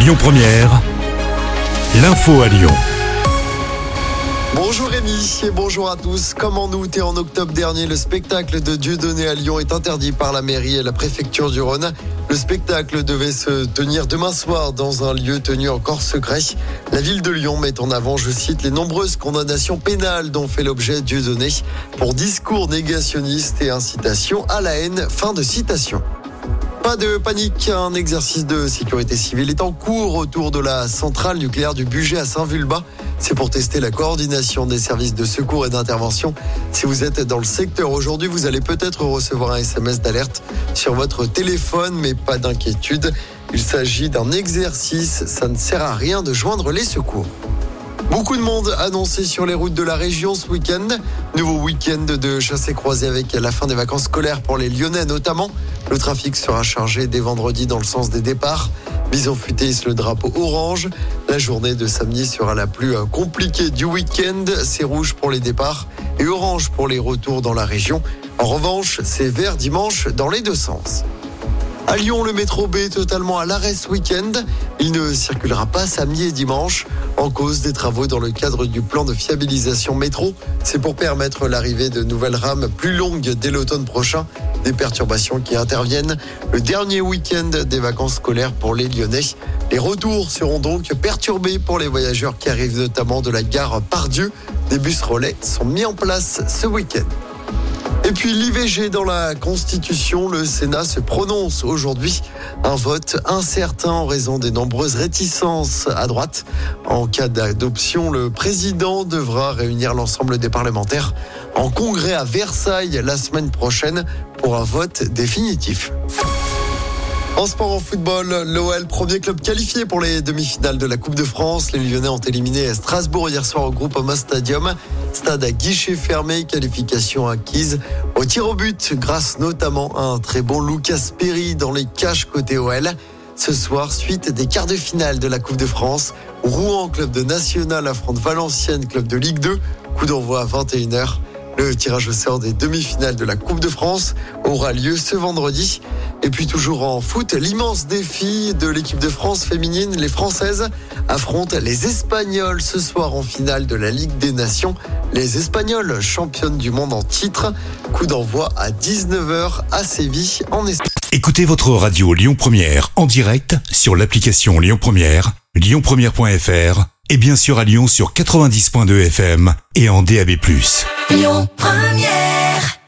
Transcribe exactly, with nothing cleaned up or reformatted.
Lyon Première, l'info à Lyon. Bonjour Rémi et bonjour à tous. Comme en août et en octobre dernier, le spectacle de Dieudonné à Lyon est interdit par la mairie et la préfecture du Rhône. Le spectacle devait se tenir demain soir dans un lieu tenu encore secret. La ville de Lyon met en avant, je cite, les nombreuses condamnations pénales dont fait l'objet Dieudonné pour discours négationnistes et incitation à la haine. Fin de citation. Pas de panique, un exercice de sécurité civile est en cours autour de la centrale nucléaire du Bugey à Saint-Vulbas. C'est pour tester la coordination des services de secours et d'intervention. Si vous êtes dans le secteur aujourd'hui, vous allez peut-être recevoir un S M S d'alerte sur votre téléphone, mais pas d'inquiétude. Il s'agit d'un exercice, ça ne sert à rien de joindre les secours. Beaucoup de monde annoncé sur les routes de la région ce week-end. Nouveau week-end de chassé-croisé avec la fin des vacances scolaires pour les Lyonnais notamment. Le trafic sera chargé dès vendredi dans le sens des départs. Bison futé hisse le drapeau orange. La journée de samedi sera la plus compliquée du week-end. C'est rouge pour les départs et orange pour les retours dans la région. En revanche, c'est vert dimanche dans les deux sens. À Lyon, le métro B est totalement à l'arrêt ce week-end. Il ne circulera pas samedi et dimanche en cause des travaux dans le cadre du plan de fiabilisation métro. C'est pour permettre l'arrivée de nouvelles rames plus longues dès l'automne prochain. Des perturbations qui interviennent le dernier week-end des vacances scolaires pour les Lyonnais. Les retours seront donc perturbés pour les voyageurs qui arrivent notamment de la gare Pardieu. Des bus relais sont mis en place ce week-end. Et puis l'I V G dans la Constitution, le Sénat se prononce aujourd'hui. Un vote incertain en raison des nombreuses réticences à droite. En cas d'adoption, le président devra réunir l'ensemble des parlementaires en congrès à Versailles la semaine prochaine pour un vote définitif. En sport, en football, l'O L, premier club qualifié pour les demi-finales de la Coupe de France. Les Lyonnais ont éliminé Strasbourg hier soir au Groupama Stadium. Stade à guichet fermé, qualification acquise au tir au but, grâce notamment à un très bon Lucas Perry dans les cages côté O L. Ce soir, suite des quarts de finale de la Coupe de France. Rouen, club de National, affronte Valenciennes, club de Ligue deux. Coup d'envoi à vingt et une heures. Le tirage au sort des demi-finales de la Coupe de France aura lieu ce vendredi. Et puis toujours en foot, l'immense défi de l'équipe de France féminine, les Françaises affrontent les Espagnols ce soir en finale de la Ligue des Nations. Les Espagnols, championnes du monde en titre. Coup d'envoi à dix-neuf heures à Séville en Espagne. Écoutez votre radio Lyon Première en direct sur l'application Lyon Première, lyon première point f r et bien sûr à Lyon sur quatre-vingt-dix point deux F M et en D A B plus. Lyon Première.